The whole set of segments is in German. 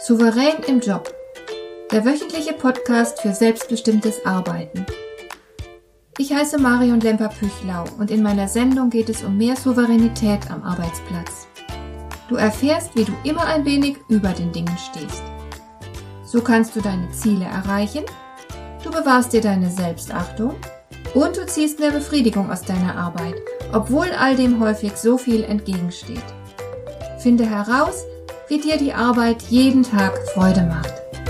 Souverän im Job. Der wöchentliche Podcast für selbstbestimmtes Arbeiten. Ich heiße Marion Lemper-Püchlau und in meiner Sendung geht es um mehr Souveränität am Arbeitsplatz. Du erfährst, wie du immer ein wenig über den Dingen stehst. So kannst du deine Ziele erreichen, du bewahrst dir deine Selbstachtung und du ziehst mehr Befriedigung aus deiner Arbeit, obwohl all dem häufig so viel entgegensteht. Finde heraus, wie dir die Arbeit jeden Tag Freude macht.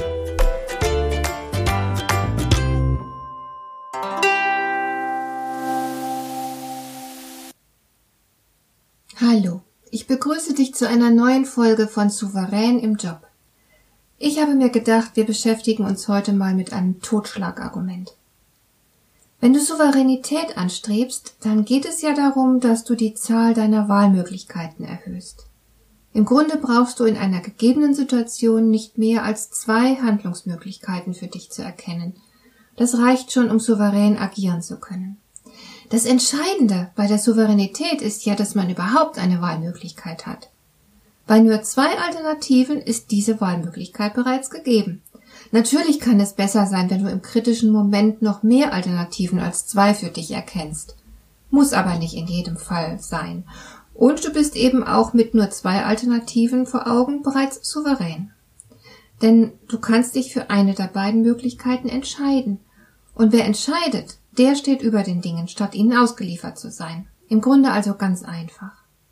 Hallo, ich begrüße dich zu einer neuen Folge von Souverän im Job. Ich habe mir gedacht, wir beschäftigen uns heute mal mit einem Totschlagargument. Wenn du Souveränität anstrebst, dann geht es ja darum, dass du die Zahl deiner Wahlmöglichkeiten erhöhst. Im Grunde brauchst du in einer gegebenen Situation nicht mehr als 2 Handlungsmöglichkeiten für dich zu erkennen. Das reicht schon, um souverän agieren zu können. Das Entscheidende bei der Souveränität ist ja, dass man überhaupt eine Wahlmöglichkeit hat. Bei nur 2 Alternativen ist diese Wahlmöglichkeit bereits gegeben. Natürlich kann es besser sein, wenn du im kritischen Moment noch mehr Alternativen als 2 für dich erkennst. Muss aber nicht in jedem Fall sein. Und du bist eben auch mit nur 2 Alternativen vor Augen bereits souverän. Denn du kannst dich für eine der beiden Möglichkeiten entscheiden. Und wer entscheidet, der steht über den Dingen, statt ihnen ausgeliefert zu sein. Im Grunde also ganz einfach.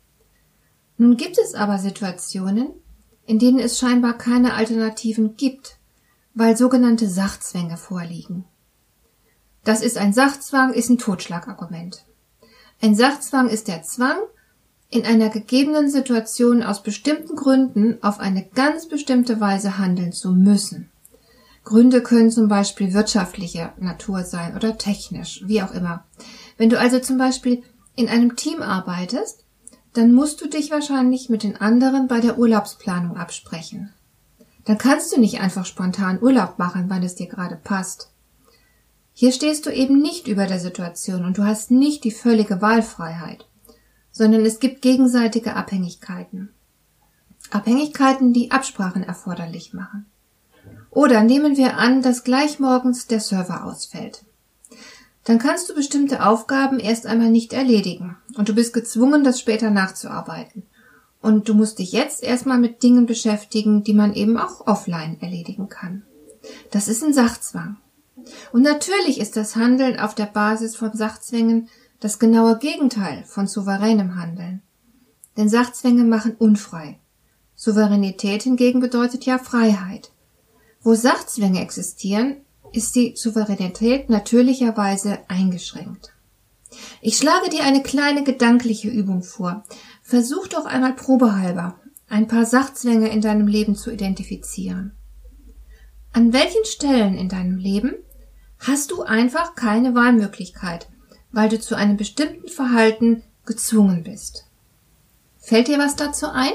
Nun gibt es aber Situationen, in denen es scheinbar keine Alternativen gibt, weil sogenannte Sachzwänge vorliegen. Das ist ein Sachzwang, ist ein Totschlagargument. Ein Sachzwang ist der Zwang, in einer gegebenen Situation aus bestimmten Gründen auf eine ganz bestimmte Weise handeln zu müssen. Gründe können zum Beispiel wirtschaftlicher Natur sein oder technisch, wie auch immer. Wenn du also zum Beispiel in einem Team arbeitest, dann musst du dich wahrscheinlich mit den anderen bei der Urlaubsplanung absprechen. Dann kannst du nicht einfach spontan Urlaub machen, weil es dir gerade passt. Hier stehst du eben nicht über der Situation und du hast nicht die völlige Wahlfreiheit, sondern es gibt gegenseitige Abhängigkeiten. Abhängigkeiten, die Absprachen erforderlich machen. Oder nehmen wir an, dass gleich morgens der Server ausfällt. Dann kannst du bestimmte Aufgaben erst einmal nicht erledigen und du bist gezwungen, das später nachzuarbeiten. Und du musst dich jetzt erstmal mit Dingen beschäftigen, die man eben auch offline erledigen kann. Das ist ein Sachzwang. Und natürlich ist das Handeln auf der Basis von Sachzwängen das genaue Gegenteil von souveränem Handeln. Denn Sachzwänge machen unfrei. Souveränität hingegen bedeutet ja Freiheit. Wo Sachzwänge existieren, ist die Souveränität natürlicherweise eingeschränkt. Ich schlage dir eine kleine gedankliche Übung vor. Versuch doch einmal probehalber, ein paar Sachzwänge in deinem Leben zu identifizieren. An welchen Stellen in deinem Leben hast du einfach keine Wahlmöglichkeit, weil du zu einem bestimmten Verhalten gezwungen bist? Fällt dir was dazu ein?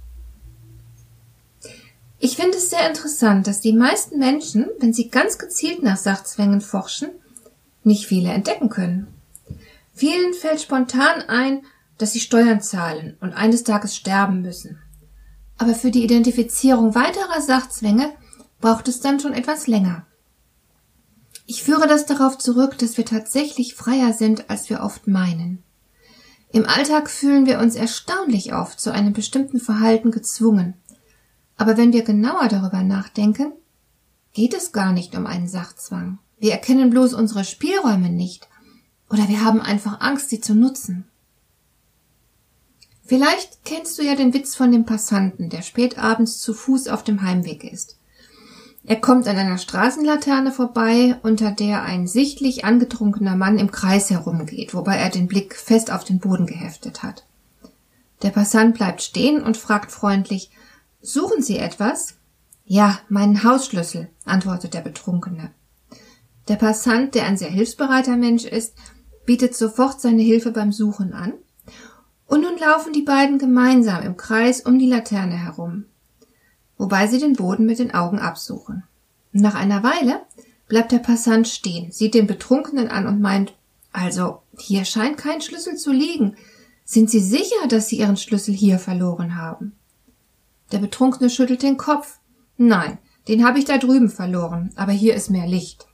Ich finde es sehr interessant, dass die meisten Menschen, wenn sie ganz gezielt nach Sachzwängen forschen, nicht viele entdecken können. Vielen fällt spontan ein, dass sie Steuern zahlen und eines Tages sterben müssen. Aber für die Identifizierung weiterer Sachzwänge braucht es dann schon etwas länger. Ich führe das darauf zurück, dass wir tatsächlich freier sind, als wir oft meinen. Im Alltag fühlen wir uns erstaunlich oft zu einem bestimmten Verhalten gezwungen. Aber wenn wir genauer darüber nachdenken, geht es gar nicht um einen Sachzwang. Wir erkennen bloß unsere Spielräume nicht oder wir haben einfach Angst, sie zu nutzen. Vielleicht kennst du ja den Witz von dem Passanten, der spät abends zu Fuß auf dem Heimweg ist. Er kommt an einer Straßenlaterne vorbei, unter der ein sichtlich angetrunkener Mann im Kreis herumgeht, wobei er den Blick fest auf den Boden geheftet hat. Der Passant bleibt stehen und fragt freundlich: »Suchen Sie etwas?« »Ja, meinen Hausschlüssel«, antwortet der Betrunkene. Der Passant, der ein sehr hilfsbereiter Mensch ist, bietet sofort seine Hilfe beim Suchen an. Und nun laufen die beiden gemeinsam im Kreis um die Laterne herum, wobei sie den Boden mit den Augen absuchen. Nach einer Weile bleibt der Passant stehen, sieht den Betrunkenen an und meint: »Also, hier scheint kein Schlüssel zu liegen. Sind Sie sicher, dass Sie Ihren Schlüssel hier verloren haben?« Der Betrunkene schüttelt den Kopf. Nein, den habe ich da drüben verloren, aber hier ist mehr Licht.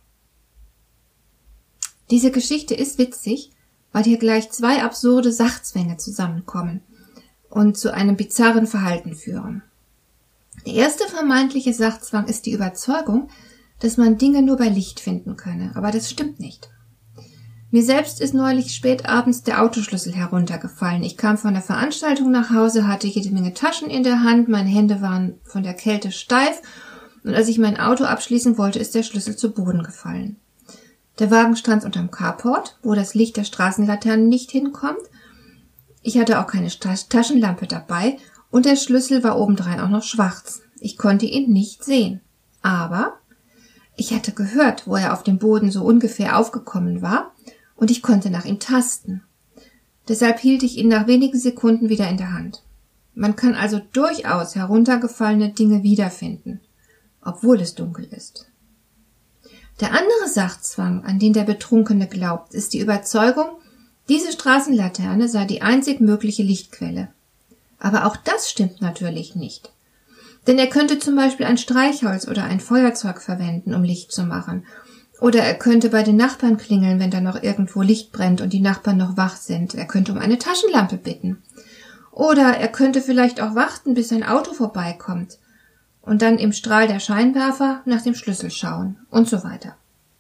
Diese Geschichte ist witzig, weil hier gleich zwei absurde Sachzwänge zusammenkommen und zu einem bizarren Verhalten führen. Der erste vermeintliche Sachzwang ist die Überzeugung, dass man Dinge nur bei Licht finden könne, aber das stimmt nicht. Mir selbst ist neulich spät abends der Autoschlüssel heruntergefallen. Ich kam von der Veranstaltung nach Hause, hatte jede Menge Taschen in der Hand, meine Hände waren von der Kälte steif und als ich mein Auto abschließen wollte, ist der Schlüssel zu Boden gefallen. Der Wagen stand unterm Carport, wo das Licht der Straßenlaternen nicht hinkommt. Ich hatte auch keine Taschenlampe dabei und der Schlüssel war obendrein auch noch schwarz. Ich konnte ihn nicht sehen. Aber ich hatte gehört, wo er auf dem Boden so ungefähr aufgekommen war und ich konnte nach ihm tasten. Deshalb hielt ich ihn nach wenigen Sekunden wieder in der Hand. Man kann also durchaus heruntergefallene Dinge wiederfinden, obwohl es dunkel ist. Der andere Sachzwang, an den der Betrunkene glaubt, ist die Überzeugung, diese Straßenlaterne sei die einzig mögliche Lichtquelle. Aber auch das stimmt natürlich nicht. Denn er könnte zum Beispiel ein Streichholz oder ein Feuerzeug verwenden, um Licht zu machen. Oder er könnte bei den Nachbarn klingeln, wenn da noch irgendwo Licht brennt und die Nachbarn noch wach sind. Er könnte um eine Taschenlampe bitten. Oder er könnte vielleicht auch warten, bis ein Auto vorbeikommt und dann im Strahl der Scheinwerfer nach dem Schlüssel schauen und so weiter.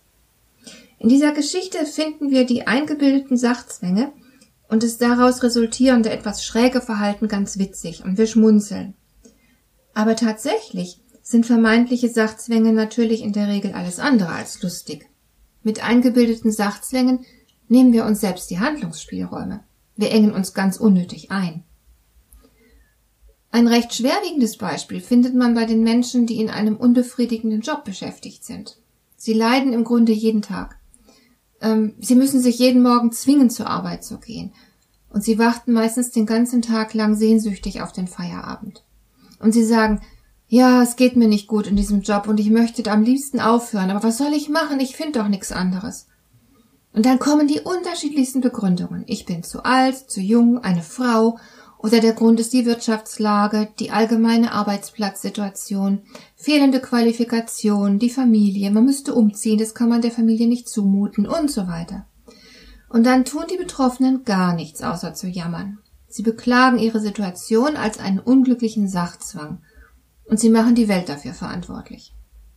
In dieser Geschichte finden wir die eingebildeten Sachzwänge und das daraus resultierende etwas schräge Verhalten ganz witzig und wir schmunzeln. Aber tatsächlich sind vermeintliche Sachzwänge natürlich in der Regel alles andere als lustig. Mit eingebildeten Sachzwängen nehmen wir uns selbst die Handlungsspielräume. Wir engen uns ganz unnötig ein. Ein recht schwerwiegendes Beispiel findet man bei den Menschen, die in einem unbefriedigenden Job beschäftigt sind. Sie leiden im Grunde jeden Tag. Sie müssen sich jeden Morgen zwingen, zur Arbeit zu gehen. Und sie warten meistens den ganzen Tag lang sehnsüchtig auf den Feierabend. Und sie sagen, ja, es geht mir nicht gut in diesem Job und ich möchte am liebsten aufhören, aber was soll ich machen? Ich finde doch nichts anderes. Und dann kommen die unterschiedlichsten Begründungen. Ich bin zu alt, zu jung, eine Frau oder der Grund ist die Wirtschaftslage, die allgemeine Arbeitsplatzsituation, fehlende Qualifikation, die Familie, man müsste umziehen, das kann man der Familie nicht zumuten und so weiter. Und dann tun die Betroffenen gar nichts, außer zu jammern. Sie beklagen ihre Situation als einen unglücklichen Sachzwang und sie machen die Welt dafür verantwortlich.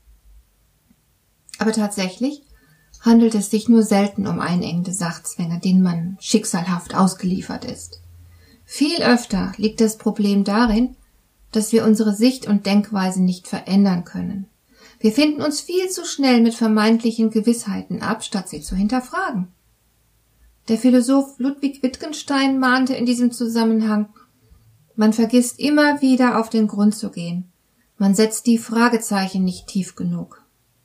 Aber tatsächlich handelt es sich nur selten um einengende Sachzwänge, denen man schicksalhaft ausgeliefert ist. Viel öfter liegt das Problem darin, dass wir unsere Sicht und Denkweise nicht verändern können. Wir finden uns viel zu schnell mit vermeintlichen Gewissheiten ab, statt sie zu hinterfragen. Der Philosoph Ludwig Wittgenstein mahnte in diesem Zusammenhang, man vergisst immer wieder auf den Grund zu gehen. Man setzt die Fragezeichen nicht tief genug.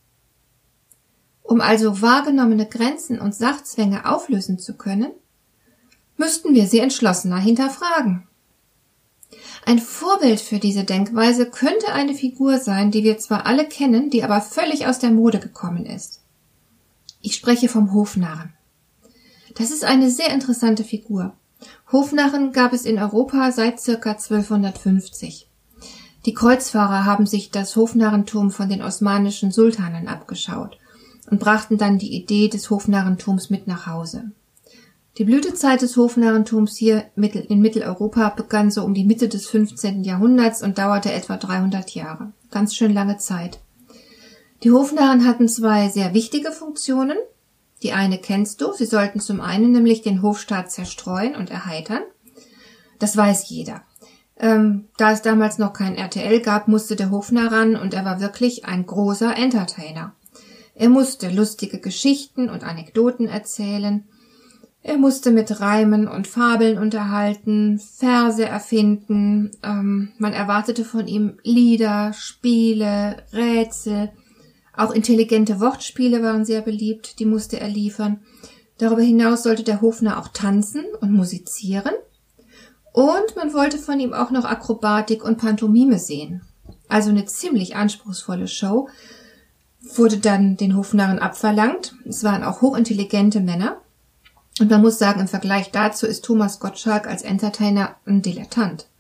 Um also wahrgenommene Grenzen und Sachzwänge auflösen zu können, müssten wir sie entschlossener hinterfragen. Ein Vorbild für diese Denkweise könnte eine Figur sein, die wir zwar alle kennen, die aber völlig aus der Mode gekommen ist. Ich spreche vom Hofnarren. Das ist eine sehr interessante Figur. Hofnarren gab es in Europa seit ca. 1250. Die Kreuzfahrer haben sich das Hofnarrentum von den osmanischen Sultanen abgeschaut und brachten dann die Idee des Hofnarrentums mit nach Hause. Die Blütezeit des Hofnarrentums hier in Mitteleuropa begann so um die Mitte des 15. Jahrhunderts und dauerte etwa 300 Jahre. Ganz schön lange Zeit. Die Hofnarren hatten zwei sehr wichtige Funktionen. Die eine kennst du, sie sollten zum einen nämlich den Hofstaat zerstreuen und erheitern. Das weiß jeder. Da es damals noch kein RTL gab, musste der Hofnarr ran und er war wirklich ein großer Entertainer. Er musste lustige Geschichten und Anekdoten erzählen. Er musste mit Reimen und Fabeln unterhalten, Verse erfinden. Man erwartete von ihm Lieder, Spiele, Rätsel. Auch intelligente Wortspiele waren sehr beliebt, die musste er liefern. Darüber hinaus sollte der Hofnarr auch tanzen und musizieren. Und man wollte von ihm auch noch Akrobatik und Pantomime sehen. Also eine ziemlich anspruchsvolle Show wurde dann den Hofnarren abverlangt. Es waren auch hochintelligente Männer. Und man muss sagen, im Vergleich dazu ist Thomas Gottschalk als Entertainer ein Dilettant.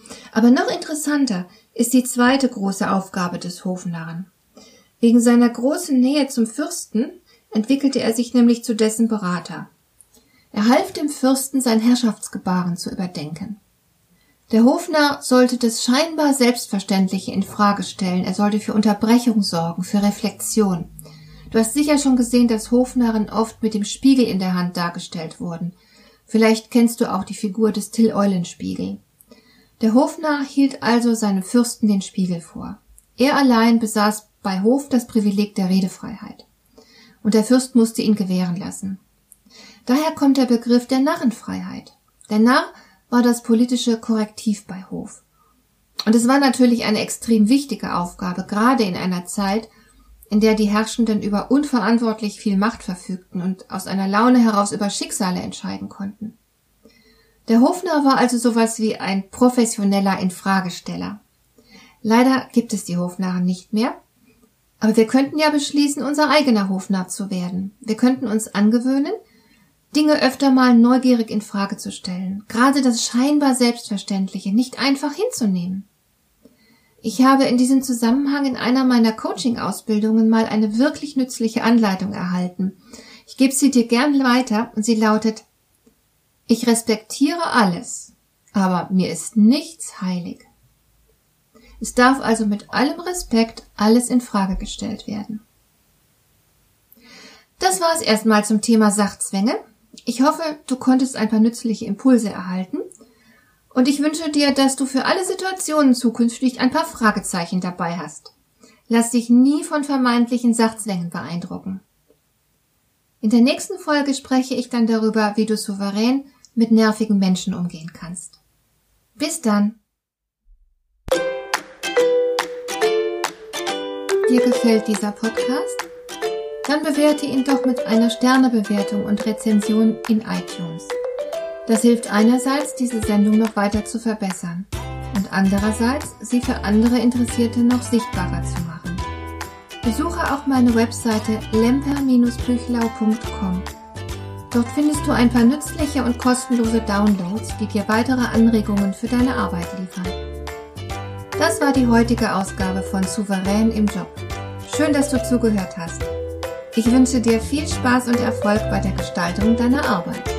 Aber noch interessanter ist die zweite große Aufgabe des Hofnarren. Wegen seiner großen Nähe zum Fürsten entwickelte er sich nämlich zu dessen Berater. Er half dem Fürsten, sein Herrschaftsgebaren zu überdenken. Der Hofnarr sollte das scheinbar Selbstverständliche in Frage stellen, er sollte für Unterbrechung sorgen, für Reflexion. Du hast sicher schon gesehen, dass Hofnarren oft mit dem Spiegel in der Hand dargestellt wurden. Vielleicht kennst du auch die Figur des Till-Eulenspiegel. Der Hofnarr hielt also seinem Fürsten den Spiegel vor. Er allein besaß bei Hof das Privileg der Redefreiheit. Und der Fürst musste ihn gewähren lassen. Daher kommt der Begriff der Narrenfreiheit. Der Narr war das politische Korrektiv bei Hof. Und es war natürlich eine extrem wichtige Aufgabe, gerade in einer Zeit, in der die Herrschenden über unverantwortlich viel Macht verfügten und aus einer Laune heraus über Schicksale entscheiden konnten. Der Hofnarr war also sowas wie ein professioneller Infragesteller. Leider gibt es die Hofnarren nicht mehr, aber wir könnten ja beschließen, unser eigener Hofnarr zu werden. Wir könnten uns angewöhnen, Dinge öfter mal neugierig in Frage zu stellen, gerade das scheinbar Selbstverständliche nicht einfach hinzunehmen. Ich habe in diesem Zusammenhang in einer meiner Coaching-Ausbildungen mal eine wirklich nützliche Anleitung erhalten. Ich gebe sie dir gern weiter und sie lautet: Ich respektiere alles, aber mir ist nichts heilig. Es darf also mit allem Respekt alles in Frage gestellt werden. Das war es erstmal zum Thema Sachzwänge. Ich hoffe, du konntest ein paar nützliche Impulse erhalten und ich wünsche dir, dass du für alle Situationen zukünftig ein paar Fragezeichen dabei hast. Lass dich nie von vermeintlichen Sachzwängen beeindrucken. In der nächsten Folge spreche ich dann darüber, wie du souverän mit nervigen Menschen umgehen kannst. Bis dann! Dir gefällt dieser Podcast? Dann bewerte ihn doch mit einer Sternebewertung und Rezension in iTunes. Das hilft einerseits, diese Sendung noch weiter zu verbessern und andererseits, sie für andere Interessierte noch sichtbarer zu machen. Besuche auch meine Webseite lemper-büchlau.com. Dort findest du ein paar nützliche und kostenlose Downloads, die dir weitere Anregungen für deine Arbeit liefern. Das war die heutige Ausgabe von Souverän im Job. Schön, dass du zugehört hast. Ich wünsche dir viel Spaß und Erfolg bei der Gestaltung deiner Arbeit.